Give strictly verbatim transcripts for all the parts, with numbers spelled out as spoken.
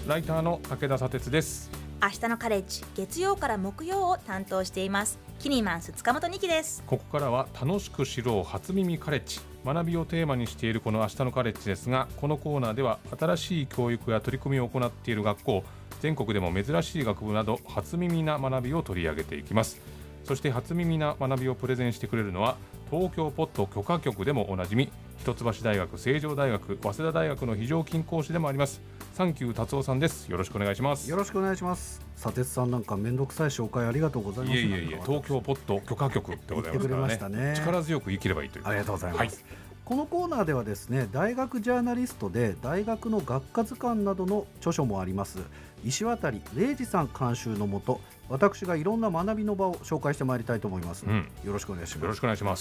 ライターの武田砂鉄です。 明日のカレッジ、月曜から木曜を担当していますキニマンス塚本二希です。 ここからは楽しく知ろう初耳カレッジ、学びをテーマにしているこの明日のカレッジですが、このコーナーでは新しい教育や取り組みを行っている学校、全国でも珍しい学部など初耳な学びを取り上げていきます。そして初耳な学びをプレゼンしてくれるのは東京ポッド許可局でもおなじみ、一橋大学、成城大学、早稲田大学の非常勤講師でもありますサンキュー達夫さんです。よろしくお願いします。 よろしくお願いします。砂鉄さん、なんかめんどくさい紹介ありがとうございます。 いえいえいえ、東京ポッド許可局でございますからね。 たね力強く生きればいいという。 ありがとうございます、はい。このコーナーではですね、大学ジャーナリストで大学の学科図鑑などの著書もあります石渡礼二さん監修のもと、私がいろんな学びの場を紹介してまいりたいと思います、うん、よろしくお願いします。 よろしくお願いします。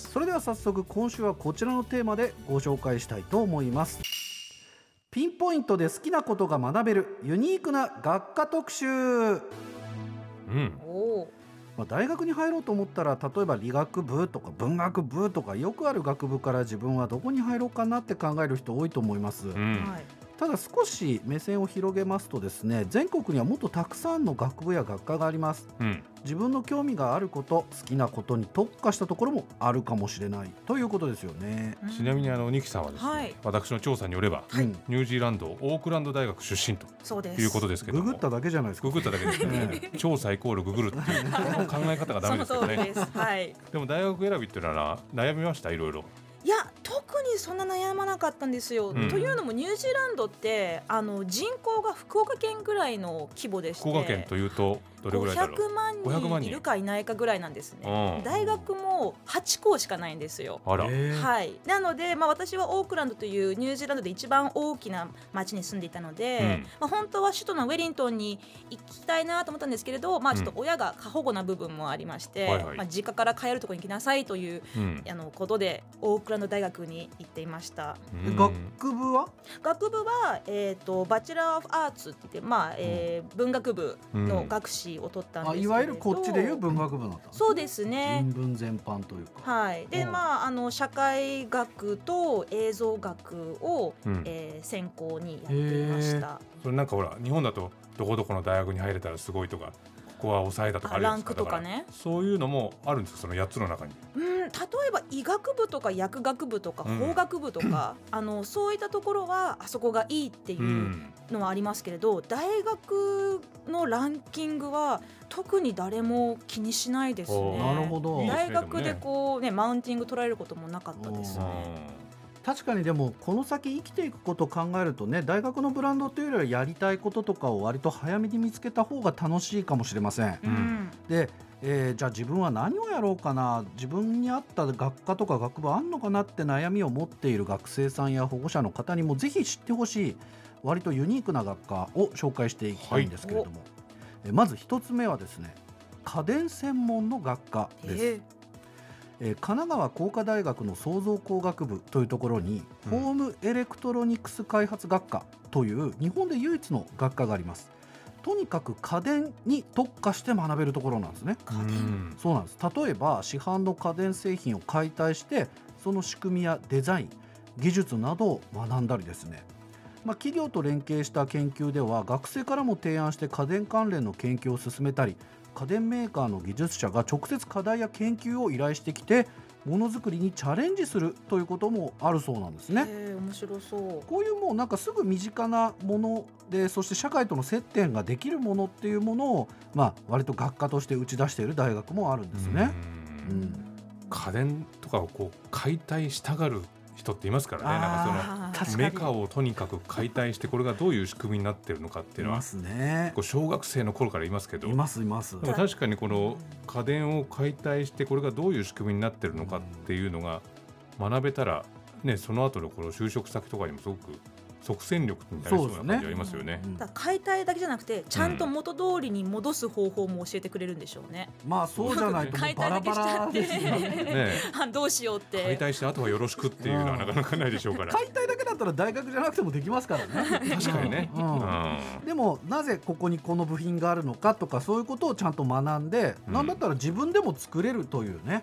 それでは早速今週はこちらのテーマでご紹介したいと思います。ピンポイントで好きなことが学べるユニークな学科特集、うんおまあ、大学に入ろうと思ったら、例えば理学部とか文学部とかよくある学部から自分はどこに入ろうかなって考える人多いと思います、うんただ少し目線を広げますとですね、全国にはもっとたくさんの学部や学科があります、うん、自分の興味があること、好きなことに特化したところもあるかもしれないということですよね、 うん、ちなみにあの二木さんはですね、はい、私の調査によれば、はい、ニュージーランドオークランド大学出身ということですけども、 ググっただけじゃないですか。 ググっただけですね調査イコールググるっていう考え方がダメですよね。 その通りです、はい、 でも大学選びっていうのは悩みました？いろいろ。 いや、特にそんな悩まなかったんですよ、うん、というのもニュージーランドってあの人口が福岡県ぐらいの規模でして、 福岡県というとどれぐらいだろう。 ごひゃくまんにんいるかいないかぐらいなんですね、うん、大学もはちこうしかないんですよ。 あら、 はい、なので、まあ、私はオークランドというニュージーランドで一番大きな町に住んでいたので、うんまあ、本当は首都のウェリントンに行きたいなと思ったんですけれど、まあ、ちょっと親が過保護な部分もありまして、うんはいはいまあ、実家から帰るところに行きなさいという、うん、あのことでオークランド大学に行っていました。 学部は学部は、えー、とバチェラー・オブ・アーツって言って、まあえー、文学部の学士を取ったんですけれど、 いわゆるこっちでいう文学部だった。 そうですね、 人文全般というか、 はいでまあ、あの社会学と映像学を、うんえー、専攻にやっていました。 それなんかほら日本だとどこどこの大学に入れたらすごいとか、ここは抑えだとかあるんですか。 ランクとかね、 そういうのもあるんですか、そのやっつの中に。 うん例えば医学部とか薬学部とか法学部とか、うん、あのそういったところはあそこがいいっていうのはありますけれど、うん、大学のランキングは特に誰も気にしないですね。 なるほど。 大学でこう、ね、マウンティング取られることもなかったですね。 確かに。でもこの先生きていくことを考えるとね、大学のブランドというよりはやりたいこととかを割と早めに見つけた方が楽しいかもしれません、うん、で、えー、じゃあ自分は何をやろうかな、自分に合った学科とか学部あんのかなって悩みを持っている学生さんや保護者の方にもぜひ知ってほしい割とユニークな学科を紹介していきたいんですけれども、はい、えまず一つ目はですね、家電専門の学科です、えーえー、神奈川工科大学の創造工学部というところに、うん、ホームエレクトロニクス開発学科という日本で唯一の学科があります。とにかく家電に特化して学べるところなんですね。 家電、 そうなんです。例えば市販の家電製品を解体してその仕組みやデザイン、技術などを学んだりですね、まあ、企業と連携した研究では学生からも提案して家電関連の研究を進めたり、家電メーカーの技術者が直接課題や研究を依頼してきてものづくりにチャレンジするということもあるそうなんですね。 へー、面白そう。 こういうもうなんかすぐ身近なもので、そして社会との接点ができるものっていうものを、まあ、割と学科として打ち出している大学もあるんですね。うん、 家電とかをこう解体したがる人っていますからね。なんかそのメカをとにかく解体してこれがどういう仕組みになってるのかっていうのは、いますね、こう小学生の頃からいますけど、 いますいます。 でも確かにこの家電を解体してこれがどういう仕組みになってるのかっていうのが学べたら、ね、その後のこの就職先とかにもすごく即戦力になりそうな感じありますよね。 だから解体だけじゃなくてちゃんと元通りに戻す方法も教えてくれるんでしょうね、 うん、まあそうじゃないともうバラバラですよねどうしようって解体してあとはよろしくっていうのはなかなかないでしょうから解体だけだったら大学じゃなくてもできますからね確かにね、うんうん、でもなぜここにこの部品があるのかとかそういうことをちゃんと学んで、うん、なんだったら自分でも作れるというね、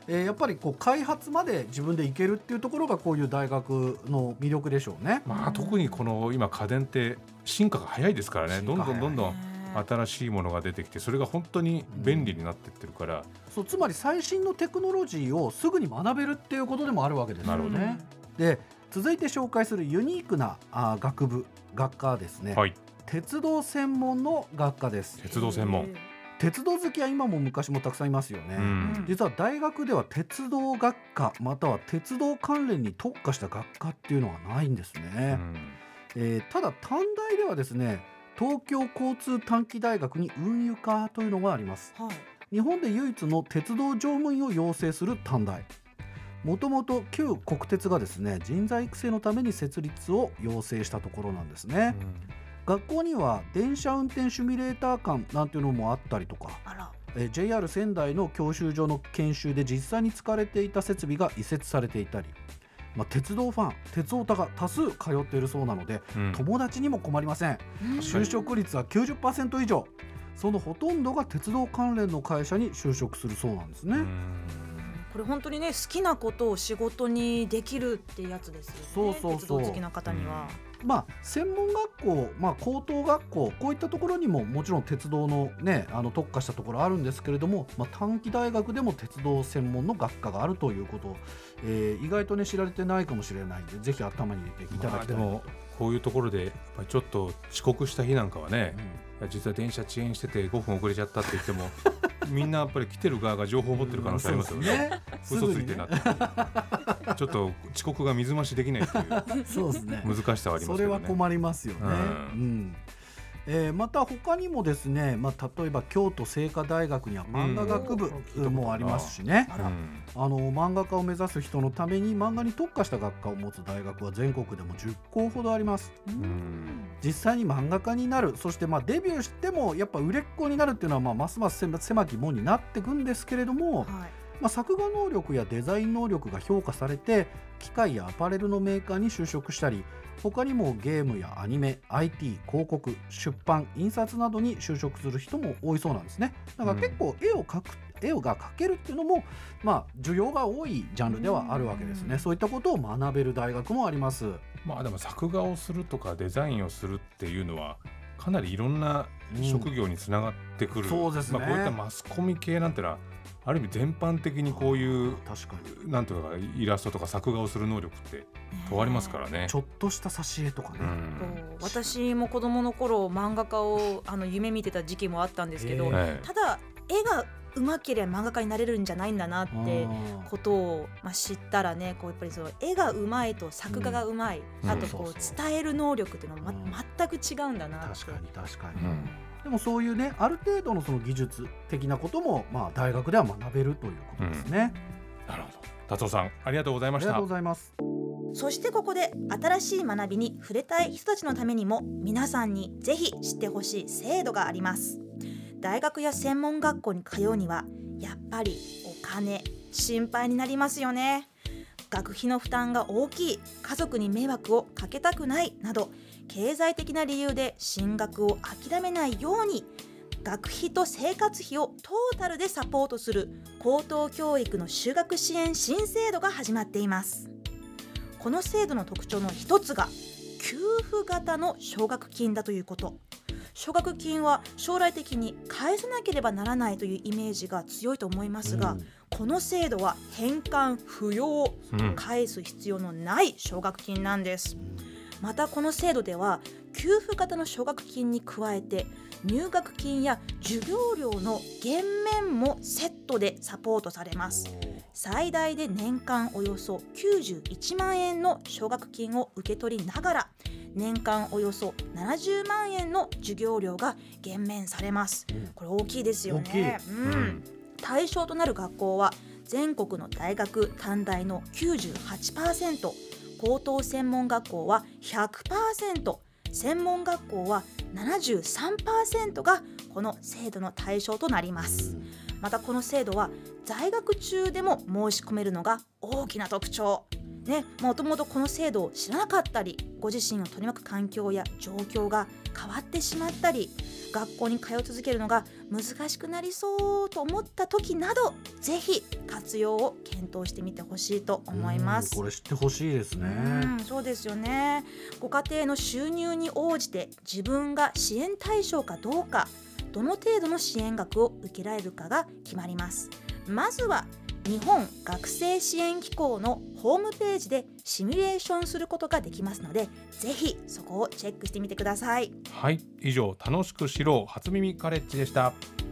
えー、やっぱりこう開発まで自分でいけるっていうところがこういう大学の魅力でしょうね。 まあ、特にこの今家電って進化が早いですからね。どんどんどんどん新しいものが出てきて、それが本当に便利になっていってるから、うん、 そうつまり最新のテクノロジーをすぐに学べるっていうことでもあるわけですよね。なるほどね。で続いて紹介するユニークなあ学部学科ですね、はい、鉄道専門の学科です。 鉄道専門、 鉄道好きは今も昔もたくさんいますよね、うん、実は大学では鉄道学科または鉄道関連に特化した学科っていうのはないんですね、うんえー、ただ短大ではですね、東京交通短期大学に運輸科というのがあります、はい、日本で唯一の鉄道乗務員を養成する短大。もともと旧国鉄がですね、人材育成のために設立を要請したところなんですね、うん、学校には電車運転シミュレーター館なんていうのもあったりとか、あらえ ジェイアール 仙台の教習所の研修で実際に使われていた設備が移設されていたり、まあ、鉄道ファン鉄オタが多数通っているそうなので、うん、友達にも困りません、うん、就職率は きゅうじゅっパーセント 以上、そのほとんどが鉄道関連の会社に就職するそうなんですね。うん、 これ本当にね、好きなことを仕事にできるってやつですよね。そうそうそう、鉄道好きな方には、 うん、まあ、専門学校、まあ、高等学校こういったところにももちろん鉄道の、ね、あの特化したところあるんですけれども、まあ、短期大学でも鉄道専門の学科があるということを、えー、意外と、ね、知られてないかもしれないので、ぜひ頭に入れていただきたい、まあ、でもこういうところでちょっと遅刻した日なんかはね、うん、実は電車遅延しててごふん遅れちゃったって言ってもみんなやっぱり来てる側が情報を持ってる可能性ありますよね、うん、嘘ついてなって、ね、ちょっと遅刻が水増しできないっていうそうですね、難しさはありますけどね。 それは困りますよね、うんうんえー、また他にもですね、まあ、例えば京都精華大学には漫画学部もありますしね、うん、あの漫画家を目指す人のために漫画に特化した学科を持つ大学は全国でもじゅっこうほどあります、うん、実際に漫画家になる、そしてまあデビューしてもやっぱ売れっ子になるっていうのはまあますます狭き門になっていくんですけれども、はい、まあ、作画能力やデザイン能力が評価されて機械やアパレルのメーカーに就職したり、他にもゲームやアニメ、アイティー、広告、出版、印刷などに就職する人も多いそうなんですね。だから結構絵を描く、絵が描けるっていうのも、まあ、需要が多いジャンルではあるわけですね。そういったことを学べる大学もあります。 まあ、でも作画をするとかデザインをするっていうのはかなりいろんな職業につながってくる、うん、そうですね。まあ、こういったマスコミ系なんてのはある意味全般的にこういう確かになんていうかイラストとか作画をする能力って問われますからね。 ちょっとした挿絵とかね、うん、 私も子供の頃漫画家をあの夢見てた時期もあったんですけど、ただ絵が上手ければ漫画家になれるんじゃないんだなってことを、まあ、知ったらね、こうやっぱりその絵が上手いと作画が上手い、うん、あとこう伝える能力っていうのは、ま、全く違うんだなって。 確かに確かに、うん、でもそういうね、ある程度のその技術的なことも、まあ、大学では学べるということですね、 うん、なるほど。達夫さんありがとうございました。 ありがとうございます。 そしてここで新しい学びに触れたい人たちのためにも皆さんにぜひ知ってほしい制度があります。大学や専門学校に通うにはやっぱりお金心配になりますよね。学費の負担が大きい、家族に迷惑をかけたくないなど経済的な理由で進学を諦めないように、学費と生活費をトータルでサポートする高等教育の修学支援新制度が始まっています。この制度の特徴の一つが給付型の奨学金だということ。奨学金は将来的に返さなければならないというイメージが強いと思いますが、うん、この制度は返還不要、うん、返す必要のない奨学金なんです。またこの制度では給付型の奨学金に加えて入学金や授業料の減免もセットでサポートされます。最大で年間およそきゅうじゅういちまんえんの奨学金を受け取りながら年間およそななじゅうまんえんの授業料が減免されます。これ大きいですよね、うんうん、対象となる学校は全国の大学短大の きゅうじゅうはちパーセント、高等専門学校は ひゃくパーセント、専門学校は ななじゅうさんパーセント がこの制度の対象となります。またこの制度は在学中でも申し込めるのが大きな特徴。 ね、もともとこの制度を知らなかったり、ご自身を取り巻く環境や状況が変わってしまったり、学校に通い続けるのが難しくなりそうと思った時など、ぜひ活用を検討してみてほしいと思います。 これ知ってほしいですね。 うんそうですよね。ご家庭の収入に応じて自分が支援対象かどうか、どの程度の支援額を受けられるかが決まります。まずは日本学生支援機構のホームページでシミュレーションすることができますので、ぜひそこをチェックしてみてください。 はい、以上楽しく知ろう初耳カレッジでした。